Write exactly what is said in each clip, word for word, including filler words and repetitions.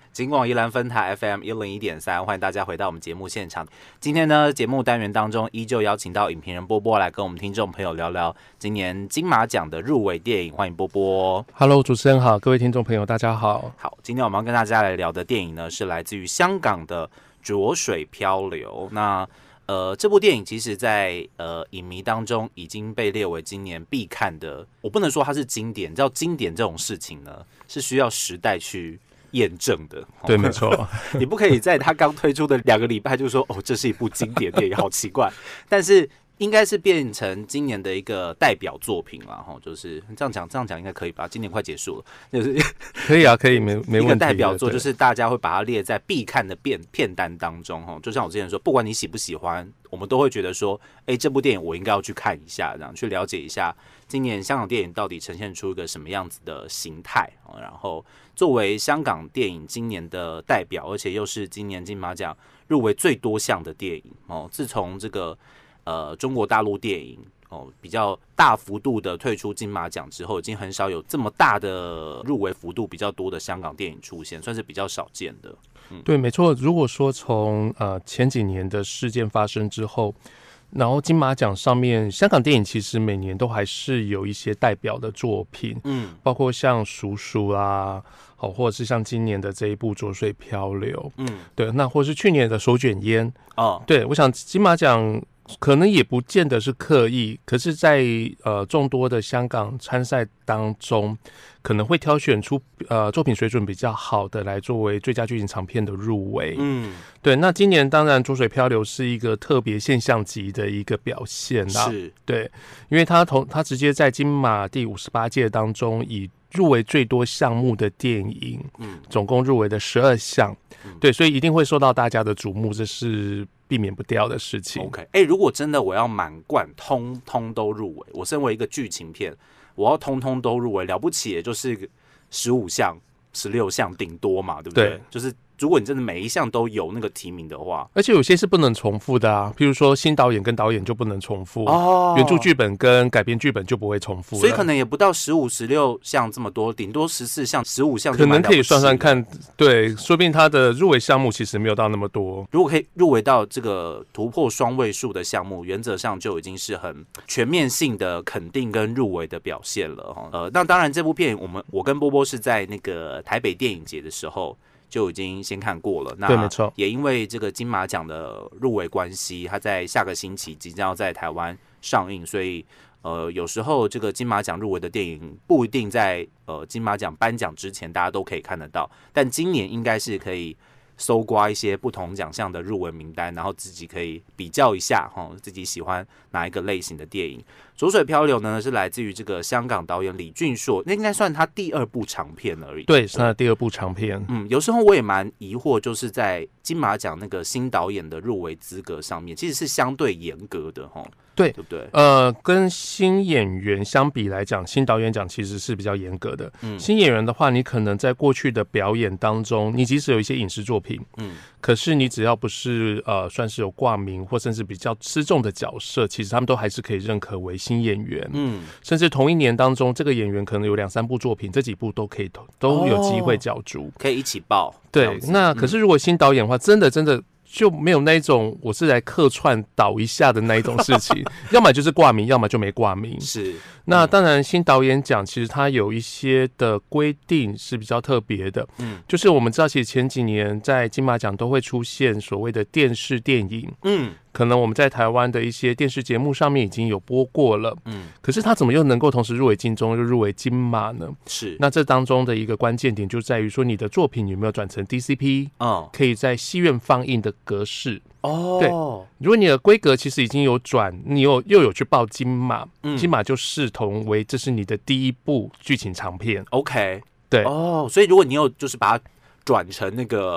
警广宜兰分台 F M 一零一点三，欢迎大家回到我们节目现场。今天呢，节目单元当中依旧邀请到影评人波波来跟我们听众朋友聊聊今年金马奖的入围电影。欢迎波波。 Hello， 主持人好，各位听众朋友大家好。 好，今天我们要跟大家来聊的电影呢，是来自于香港的《浊水漂流》。那呃，这部电影其实在呃影迷当中已经被列为今年必看的。我不能说它是经典，叫经典这种事情呢，是需要时代去验证的。 对，没错。 你不可以在它刚推出的两个礼拜就说哦，这是一部经典电影，好奇怪。但是应该是变成今年的一个代表作品了，就是这样讲，这样讲应该可以吧？今年快结束了，就是可以啊，可以，没没问题。 一个代表作就是大家会把它列在必看的片片单当中，就像我之前说，不管你喜不喜欢，我们都会觉得说，哎，这部电影我应该要去看一下，这样去了解一下今年香港电影到底呈现出一个什么样子的形态。然后作为香港电影今年的代表，而且又是今年金马奖入围最多项的电影哦，自从这个。呃，中国大陆电影哦比较大幅度的退出金马奖之后，已经很少有这么大的入围幅度比较多的香港电影出现，算是比较少见的。 嗯、对，没错。如果说从呃前几年的事件发生之后，然后金马奖上面，香港电影其实每年都还是有一些代表的作品，嗯，包括像《叔叔》啦，好，或者是像今年的这一部《浊水漂流》，嗯，对，那或是去年的《手卷烟》哦，对，我想金马奖。可能也不见得是刻意，可是在呃众多的香港参赛当中，可能会挑选出呃作品水准比较好的来作为最佳剧情长片的入围。嗯，对。那今年当然《浊水漂流》是一个特别现象级的一个表现啦， 是， 对，因为他同他直接在金马第五十八届当中以入围最多项目的电影，嗯，总共入围的十二项，嗯，对，所以一定会受到大家的瞩目，这是避免不掉的事情。 OK， 哎、欸，如果真的我要满贯通通都入围，我身为一个剧情片，我要通通都入围，了不起也就是十五项、十六项顶多嘛，对不对？ 对， 就是如果你真的每一项都有那个提名的话， 而且有些是不能重复的啊，譬如说新导演跟导演就不能重复哦，原著剧本跟改编剧本就不会重复了， 所以可能也不到十五、十六项这么多，顶多十四项、十五项， 可能可以算算看。对，说不定他的入围项目其实没有到那么多。 如果可以入围到这个突破双位数的项目，原则上就已经是很全面性的肯定跟入围的表现了。呃，那当然这部片我们我跟波波是在那个台北电影节的时候。就已经先看过了， 对，没错。 也因为这个金马奖的入围关系，它在下个星期即将要在台湾上映，所以呃，有时候这个金马奖入围的电影不一定在呃金马奖颁奖之前大家都可以看得到，但今年应该是可以搜刮一些不同奖项的入围名单，然后自己可以比较一下哈，自己喜欢哪一个类型的电影。《浊水漂流》呢是来自于这个香港导演李俊硕，那应该算他第二部长片而已。 对，是他的第二部长片。 嗯，有时候我也蛮疑惑，就是在金马奖那个新导演的入围资格上面，其实是相对严格的哈。 对， 对不对？ 呃，跟新演员相比来讲，新导演奖其实是比较严格的。嗯，新演员的话，你可能在过去的表演当中，你即使有一些影视作品，嗯，可是你只要不是呃算是有挂名或甚至比较吃重的角色，其实他们都还是可以认可为新演员。嗯，甚至同一年当中，这个演员可能有两三部作品，这几部都可以都有机会角逐， 哦，可以一起报。 对，那可是如果新导演的话，真的真的。就没有那一种我是来客串导一下的那一种事情，要么就是挂名，要么就没挂名。 是， 那当然新导演奖其实它有一些的规定是比较特别的，嗯，就是我们知道其实前几年在金马奖都会出现所谓的电视电影，嗯。可能我们在台湾的一些电视节目上面已经有播过了，嗯，可是他怎么又能够同时入围金钟又入围金马呢？ 是， 那这当中的一个关键点就在于说你的作品有没有转成 D C P， 哦，可以在戏院放映的格式。哦，对，如果你的规格其实已经有转，你有又有去报金马，嗯，金马就视同为这是你的第一部剧情长片。 OK， 对， 哦，所以如果你有就是把它转成那个 D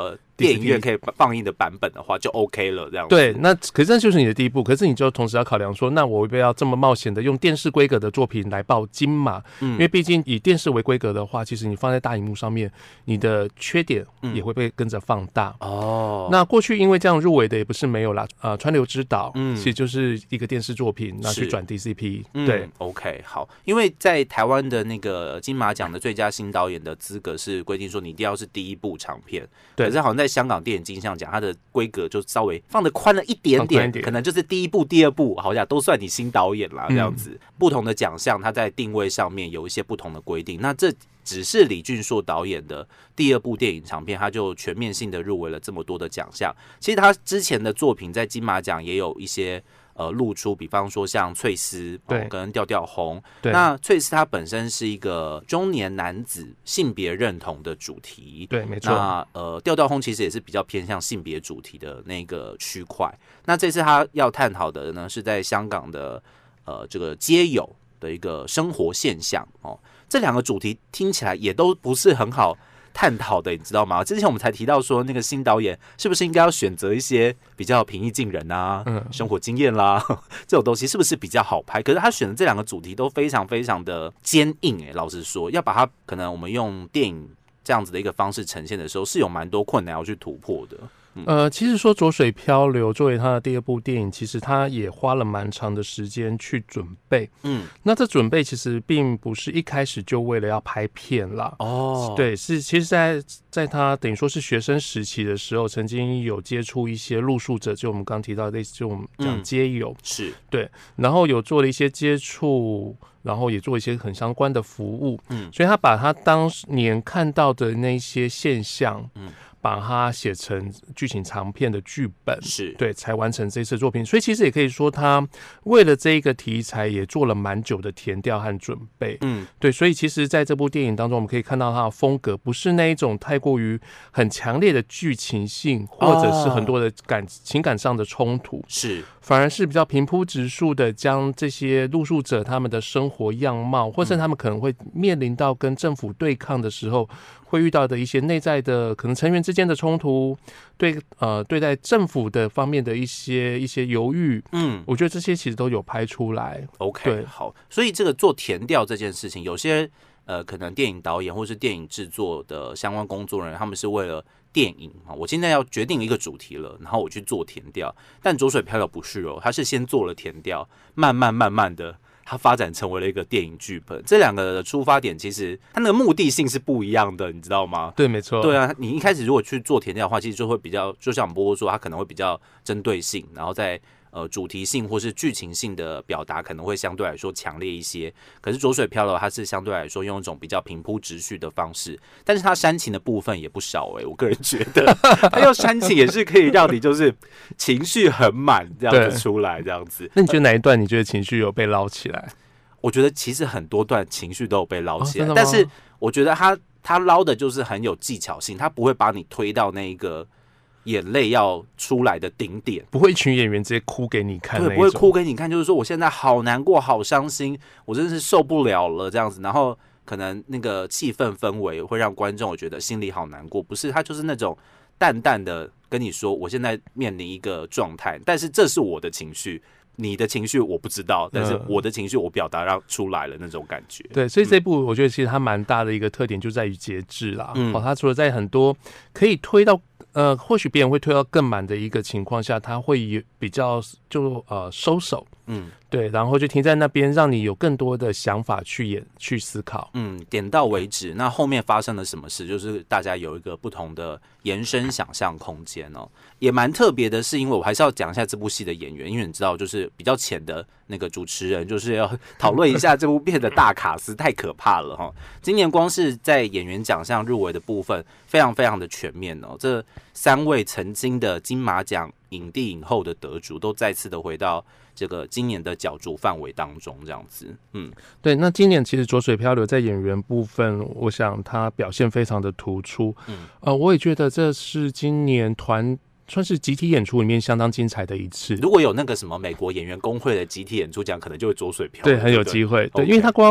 电影院可以放映的版本的话，就 OK 了这样子。 对，那可是这就是你的第一步，可是你就同时要考量说，那我会不会要这么冒险的用电视规格的作品来报金马？嗯，因为毕竟以电视为规格的话，其实你放在大荧幕上面，你的缺点也会被跟着放大。嗯、哦，那过去因为这样入围的也不是没有啦，呃，川流之岛，嗯，其实就是一个电视作品，那去转 D C P，、嗯、对 ，OK， 好，因为在台湾的那个金马奖的最佳新导演的资格是规定说你一定要是第一部长片，对，可是好像在香港电影金像奖，它的规格就稍微放得宽了一点点，可能就是第一部、第二部，好像都算你新导演啦，这样子。嗯、不同的奖项，它在定位上面有一些不同的规定。那这只是李俊硕导演的第二部电影长片，他就全面性的入围了这么多的奖项。其实他之前的作品在金马奖也有一些。呃，露出，比方说像翠丝、哦、跟调调红，那翠丝它本身是一个中年男子性别认同的主题， 对，没错。 那呃，调调红其实也是比较偏向性别主题的那个区块。那这次他要探讨的呢，是在香港的呃这个街友的一个生活现象哦。这两个主题听起来也都不是很好探讨的，你知道吗？之前我们才提到说，那个新导演是不是应该要选择一些比较平易近人啊、嗯、生活经验啦这种东西，是不是比较好拍？可是他选的这两个主题都非常非常的坚硬、欸，老实说，要把它可能我们用电影这样子的一个方式呈现的时候，是有蛮多困难要去突破的。 嗯、呃，其实说《浊水漂流》作为他的第二部电影，其实他也花了蛮长的时间去准备。嗯，那这准备其实并不是一开始就为了要拍片啦。哦，对，是其实在在他等于说是学生时期的时候，曾经有接触一些露宿者，就我们刚提到的类似就我们讲街友、嗯，是对，然后有做了一些接触。然后也做一些很相关的服务，嗯，所以他把他当年看到的那些现象，嗯，把它写成剧情长片的剧本，是对，才完成这次作品。所以其实也可以说，他为了这个题材也做了蛮久的田调和准备，嗯，对。所以其实在这部电影当中，我们可以看到他的风格不是那一种太过于很强烈的剧情性，或者是很多的感、哦、情感上的冲突，是反而是比较平铺直述的将这些露宿者他们的生活样貌，或者他们可能会面临到跟政府对抗的时候会遇到的一些内在的可能成员之间的冲突，对呃对待政府的方面的一些一些犹豫，嗯，我觉得这些其实都有拍出来。 OK， 对，好，所以这个做田调这件事情，有些呃可能电影导演或是电影制作的相关工作人员，他们是为了电影啊，我现在要决定一个主题了，然后我去做田调。但浊水漂流不是哦，他是先做了田调，慢慢慢慢的。它发展成为了一个电影剧本，这两个的出发点其实它那个目的性是不一样的，你知道吗？ 对，没错。 对啊，你一开始如果去做田调的话，其实就会比较，就像波波说，它可能会比较针对性，然后在呃主题性或是剧情性的表达可能会相对来说强烈一些。可是浊水漂流它是相对来说用一种比较平铺直叙的方式，但是它煽情的部分也不少哎、欸，我个人觉得它用煽情也是可以让你就是情绪很满这样子出来这样子。 那你觉得哪一段你觉得情绪有被捞起来？ 我觉得其实很多段情绪都有被捞起来，哦、但是我觉得他他捞的就是很有技巧性，他不会把你推到那一个眼泪要出来的顶点， 不会一群演员直接哭给你看， 对，不会哭给你看，就是说我现在好难过、好伤心，我真的是受不了了这样子，然后可能那个气氛氛围会让观众我觉得心里好难过，不是他就是那种淡淡的跟你说，我现在面临一个状态，但是这是我的情绪。你的情绪我不知道，但是我的情绪我表达让出来了那种感觉。 对，所以这部我觉得其实它蛮大的一个特点就在于节制啦。嗯，哦，它除了在很多可以推到呃，或许别人会推到更满的一个情况下，它会有比较就呃收手。嗯，对，然后就停在那边，让你有更多的想法去演去思考。 嗯，点到为止。那后面发生了什么事，就是大家有一个不同的延伸想象空间哦。也蛮特别的是，因为我还是要讲一下这部戏的演员，因为你知道，就是比较浅的那个主持人，就是要讨论一下这部片的大卡司，太可怕了哈。今年光是在演员奖项入围的部分，非常非常的全面哦。这三位曾经的金马奖影帝影后的得主，都再次的回到这个今年的角逐范围当中，这样子。嗯， 对。那今年其实浊水漂流在演员部分，我想他表现非常的突出。嗯，呃，我也觉得这是今年团算是集体演出里面相当精彩的一次。 如果有那个什么美国演员工会的集体演出奖，可能就会浊水漂流。 对，很有机会。对， okay. 因为他光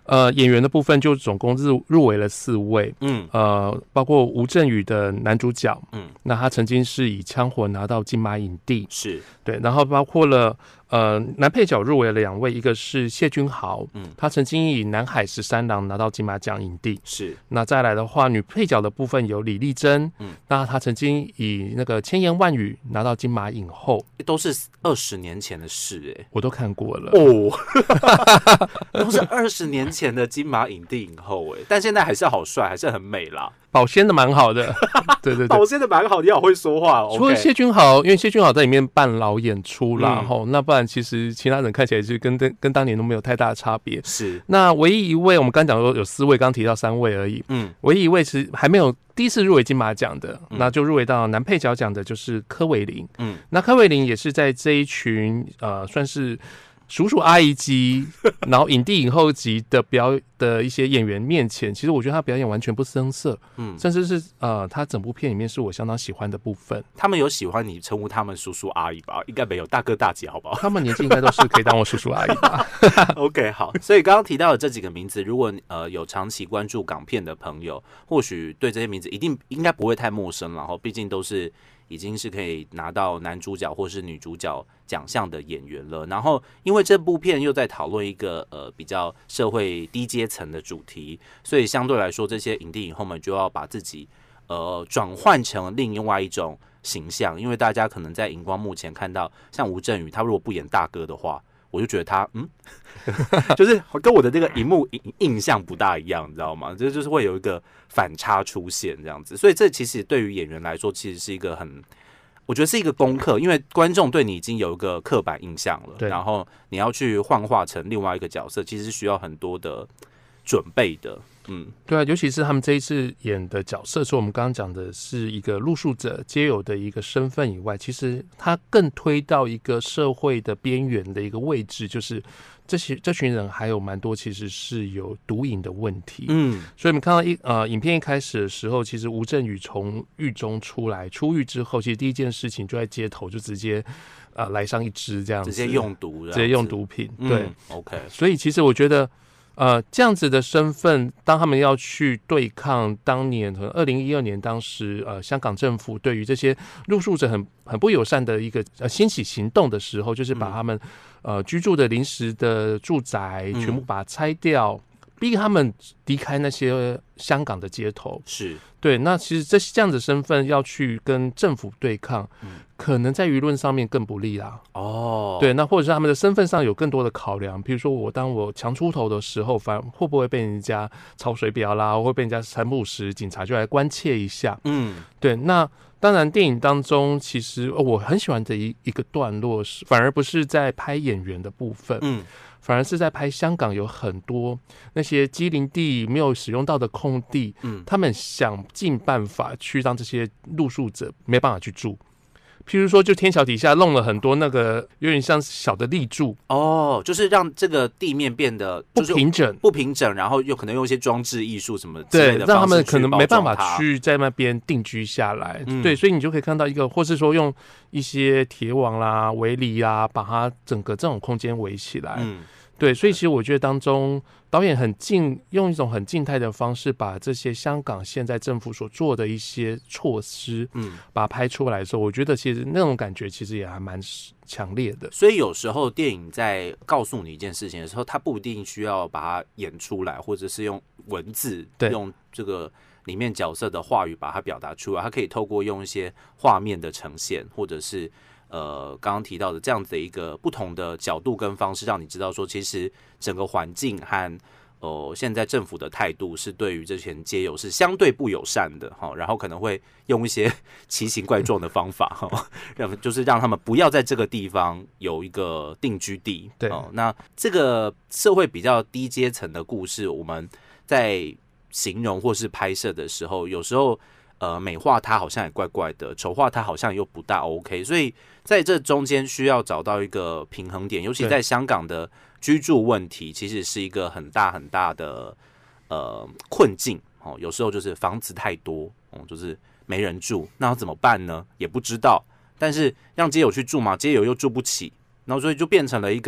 呃，演员的部分就总共入入围了四位，嗯，呃，包括吴镇宇的男主角，嗯，那他曾经是以《枪火》拿到金马影帝， 是对，然后包括了呃男配角入围了两位，一个是谢君豪，嗯，他曾经以《南海十三郎》拿到金马奖影帝， 是。 那再来的话，女配角的部分有李丽珍，嗯，那她曾经以那个《千言万语》拿到金马影后， 都是二十年前的事哎、欸， 我都看过了哦，都是二十年前的金马影帝影后哎、欸，但现在还是好帅，还是很美啦， 保鲜的蛮好的，对对对， 保鲜的蛮好，你好会说话。 除了谢君豪，因为谢君豪在里面扮老演出啦， 嗯、 吼，那不然其实其他人看起来就跟跟当年都没有太大的差别。 是， 那唯一一位我们刚讲说有四位，刚提到三位而已，嗯，唯一一位是还没有第一次入围金马奖的，嗯、那就入围到男配角奖的就是柯伟林，嗯，那柯伟林也是在这一群呃算是叔叔阿姨级，然后影帝影后级的表的一些演员面前，其实我觉得他表演完全不生涩，嗯，甚至是呃，他整部片里面是我相当喜欢的部分。 他们有喜欢你称呼他们叔叔阿姨吧？应该没有，大哥大姐好不好？ 他们年纪应该都是可以当我叔叔阿姨吧 ？OK， 好。所以刚刚提到的这几个名字，如果呃有长期关注港片的朋友，或许对这些名字一定应该不会太陌生了，然后毕竟都是。已经是可以拿到男主角或是女主角奖项的演员了。然后，因为这部片又在讨论一个呃比较社会低阶层的主题，所以相对来说，这些影帝影后们就要把自己呃转换成另外一种形象。因为大家可能在荧光幕前看到，像吴镇宇，他如果不演大哥的话，我就觉得他嗯，就是跟我的那个荧幕印象不大一样，你知道吗？这就是会有一个反差出现这样子，所以这其实对于演员来说，其实是一个很，我觉得是一个功课，因为观众对你已经有一个刻板印象了，然后你要去幻化成另外一个角色，其实是需要很多的准备的。嗯， 对啊，尤其是他们这一次演的角色，除了我们刚刚讲的是一个露宿者皆有的一个身份以外，其实他更推到一个社会的边缘的一个位置，就是这些这群人还有蛮多其实是有毒瘾的问题。嗯，所以我们看到一呃影片一开始的时候，其实吴镇宇从狱中出来，出狱之后，其实第一件事情就在街头就直接呃来上一支这样子， 直接用毒， 直接用毒品。嗯、对 ，OK。 所以其实我觉得。呃，这样子的身份，当他们要去对抗当年可能二零一二年当时呃香港政府对于这些露宿者很很不友善的一个呃兴起行动的时候，就是把他们、嗯、呃居住的临时的住宅全部把它拆掉，嗯、逼他们离开那些香港的街头。 是对，那其实这这样子身份要去跟政府对抗，嗯、可能在舆论上面更不利啦。哦，对，那或者是他们的身份上有更多的考量，比如说我当我强出头的时候，反会不会被人家抄水表啦，会被人家三不五时警察就来关切一下。嗯，对，那当然电影当中其实、哦、我很喜欢的一一个段落是，反而不是在拍演员的部分，嗯。反而是在拍香港有很多那些畸零地没有使用到的空地，嗯，他们想尽办法去让这些露宿者没办法去住。譬如说，就天桥底下弄了很多那个有点像小的立柱， 哦，就是让这个地面变得不平整， 不平整，然后又可能用一些装置艺术什么之类的方式去包装它， 对，让他们可能没办法去在那边定居下来。嗯、对，所以你就可以看到一个，或是说用一些铁网啦、围篱啦，把它整个这种空间围起来。嗯，对，所以其实我觉得当中导演很静，用一种很静态的方式，把这些香港现在政府所做的一些措施，嗯，把它拍出来的时候，我觉得其实那种感觉其实也还蛮强烈的。 所以有时候电影在告诉你一件事情的时候，它不一定需要把它演出来，或者是用文字，用这个里面角色的话语把它表达出来，它可以透过用一些画面的呈现，或者是呃，刚刚提到的这样子的一个不同的角度跟方式，让你知道说，其实整个环境和呃现在政府的态度是对于这群街友是相对不友善的哈，然后可能会用一些奇形怪状的方法哈，让就是让他们不要在这个地方有一个定居地。 对， 哦，那这个社会比较低阶层的故事，我们在形容或是拍摄的时候，有时候。呃，美化它好像也怪怪的，丑化它好像又不大 OK， 所以在这中间需要找到一个平衡点，尤其在香港的居住问题，其实是一个很大很大的呃困境哦。有时候就是房子太多，哦，就是没人住，那要怎么办呢？也不知道。但是让街友去住嘛，街友又住不起，然后所以就变成了一个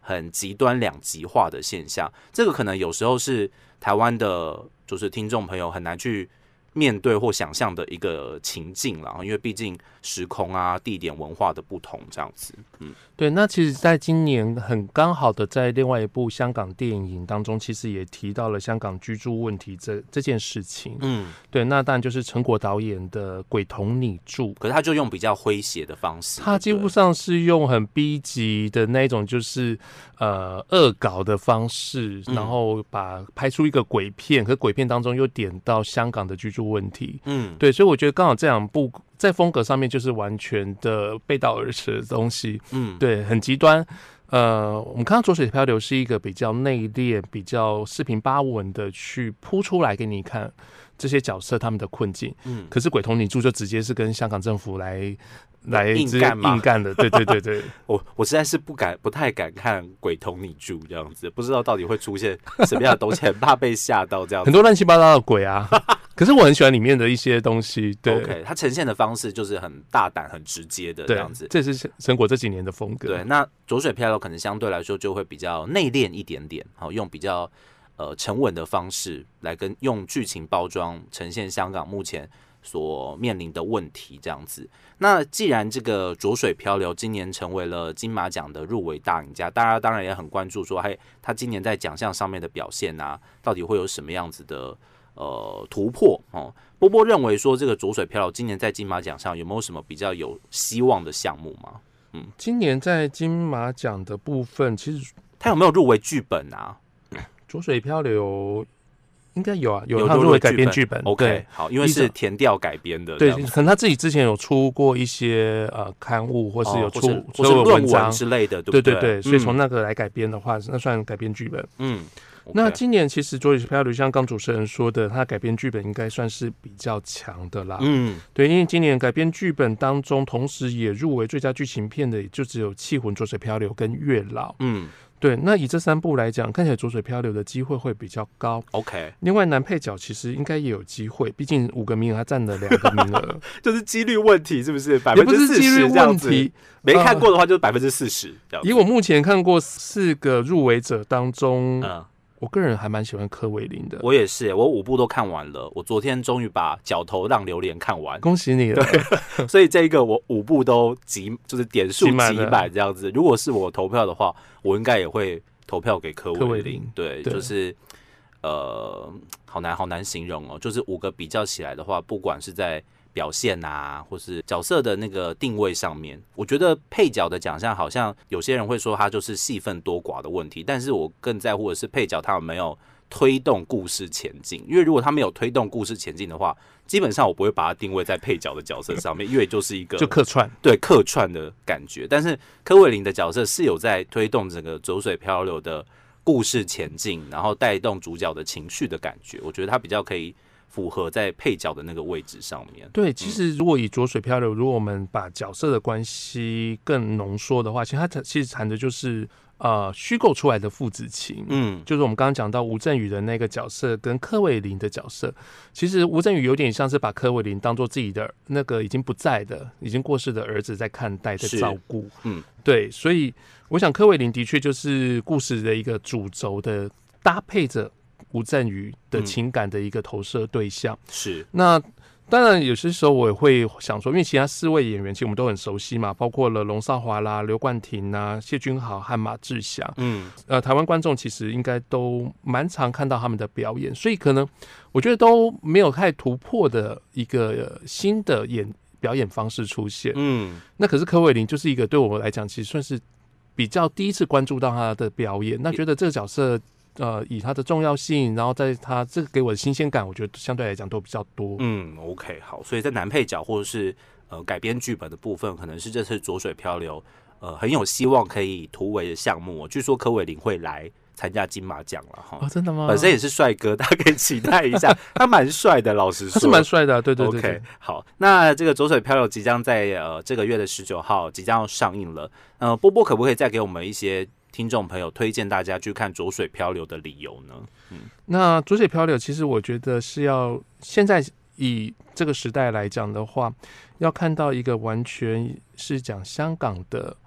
很极端两极化的现象。这个可能有时候是台湾的，就是听众朋友很难去面对或想象的一个情境啦，因为毕竟时空啊、地点、文化的不同，这样子。嗯， 对。那其实，在今年很刚好的，在另外一部香港电影当中，其实也提到了香港居住问题这这件事情。嗯，对。那当然就是陈果导演的《鬼同你住》， 可是他就用比较诙谐的方式， 他几乎上是用很 B 级的那种，就是呃恶搞的方式，然后把拍出一个鬼片，可是鬼片当中又点到香港的居住问题。嗯，对。所以我觉得刚好这两部在风格上面就是完全的背道而驰的东西。嗯，对，很极端。呃，我们看到《浊水漂流》是一个比较内敛、比较四平八稳的去铺出来给你看这些角色他们的困境。嗯，可是《鬼同你住》就直接是跟香港政府来来硬干嘛？ 硬干的，对对对对。 我我实在是不敢、不太敢看《鬼同你住》这样子，不知道到底会出现什么样的东西，很怕被吓到这样子。 很多乱七八糟的鬼啊。可是我很喜欢里面的一些东西，对 ，OK， 它呈现的方式就是很大胆、很直接的这样子， 这是陈果这几年的风格。 对，那浊水漂流可能相对来说就会比较内敛一点点，好，用比较呃沉稳的方式来跟用剧情包装呈现香港目前所面临的问题这样子。那既然这个浊水漂流今年成为了金马奖的入围大赢家，大家当然也很关注说，嘿，他今年在奖项上面的表现啊，到底会有什么样子的？呃，突破哦，波波认为说这个浊水漂流今年在金马奖上有没有什么比较有希望的项目吗？ 嗯，今年在金马奖的部分，其实他有没有入围剧本啊？ 浊水漂流应该有啊，有他入围改编剧本。 OK， 好，因为是田调改编的， 对，可能他自己之前有出过一些呃刊物，或是有出或是论文之类的，对不对？ 对对对，所以从那个来改编的话，那算改编剧本。嗯。Okay. 那今年其实浊水漂流像刚主持人说的，他改编剧本应该算是比较强的啦。嗯，对，因为今年改编剧本当中，同时也入围最佳剧情片的，也就只有《气魂》、《浊水漂流》跟《月老》。嗯，对，那以这三部来讲，看起来浊水漂流的机会会比较高。 OK， 另外男配角其实应该也有机会，毕竟五个名额他占了两个名额， 就是几率问题，是不是？百分之四十这样子。没看过的话，就是百分之四十。 以我目前看过四个入围者当中，嗯。我个人还蛮喜欢柯伟林的， 我也是，我五部都看完了。我昨天终于把《角头让榴莲》看完， 恭喜你了。 对，所以这一个我五部都集，就是点数集满这样子。如果是我投票的话，我应该也会投票给柯伟林。对，对，就是呃，好难好难形容哦。就是五个比较起来的话，不管是在表现啊，或是角色的那个定位上面，我觉得配角的奖项好像有些人会说他就是戏份多寡的问题，但是我更在乎的是配角他有没有推动故事前进，因为如果他没有推动故事前进的话，基本上我不会把它定位在配角的角色上面，因为就是一个就客串， 对客串的感觉。但是柯伟林的角色是有在推动整个浊水漂流的故事前进，然后带动主角的情绪的感觉，我觉得他比较可以符合在配角的那个位置上面。 对，其实如果以浊水漂流，如果我们把角色的关系更浓缩的话，其实它其实谈的就是呃虚构出来的父子情。嗯，就是我们刚刚讲到吴镇宇的那个角色跟柯伟林的角色，其实吴镇宇有点像是把柯伟林当做自己的那个已经不在的、已经过世的儿子在看待、在照顾。嗯，对，所以我想柯伟林的确就是故事的一个主轴的搭配着吴镇宇的情感的一个投射对象。 嗯、是那当然有些时候我也会想说，因为其他四位演员其实我们都很熟悉嘛，包括了龙少华啦、刘冠廷啊、谢君豪和马志祥。嗯，呃，台湾观众其实应该都蛮常看到他们的表演，所以可能我觉得都没有太突破的一个、呃、新的演表演方式出现。嗯，那可是柯伟林就是一个对我来讲其实算是比较第一次关注到他的表演，那觉得这个角色呃，以它的重要性，然后在它这个给我的新鲜感，我觉得相对来讲都比较多。 嗯 ，OK， 好，所以在男配角或者是呃改编剧本的部分，可能是这次浊水漂流呃很有希望可以突围的项目。据说柯伟林会来参加金马奖了哈。 哦，真的吗？ 本身也是帅哥，大家可以期待一下。他蛮帅的，老实说， 他是蛮帅的、啊，对对 对, 对。 OK， 好，那这个浊水漂流即将在呃这个月的十九号即将要上映了。呃，波波可不可以再给我们一些听众朋友推荐大家去看浊水漂流的理由呢？嗯， 那浊水漂流其实我觉得是要现在以这个时代来讲的话，要看到一个完全是讲香港的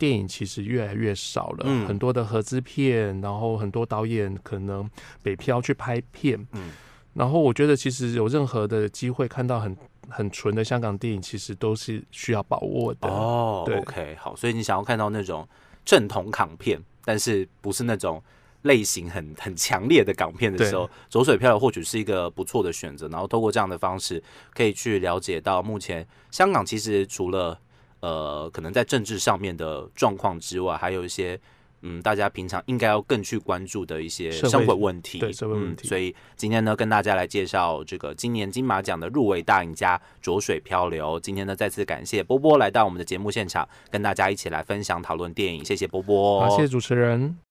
电影其实越来越少了， 嗯、 很多的合资片，然后很多导演可能北漂去拍片，嗯，然后我觉得其实有任何的机会看到很很纯的香港电影，其实都是需要把握的。 哦，对 ，OK， 好，所以你想要看到那种正统港片，但是不是那种类型很很强烈的港片的时候，走水漂流或许是一个不错的选择。然后透过这样的方式，可以去了解到目前香港其实除了呃可能在政治上面的状况之外，还有一些嗯大家平常应该要更去关注的一些生活问题。 对，社会问题、 嗯。所以今天呢，跟大家来介绍这个今年金马奖的入围大赢家《浊水漂流》。今天呢，再次感谢波波来到我们的节目现场，跟大家一起来分享讨论电影。谢谢波波， 好，谢谢主持人。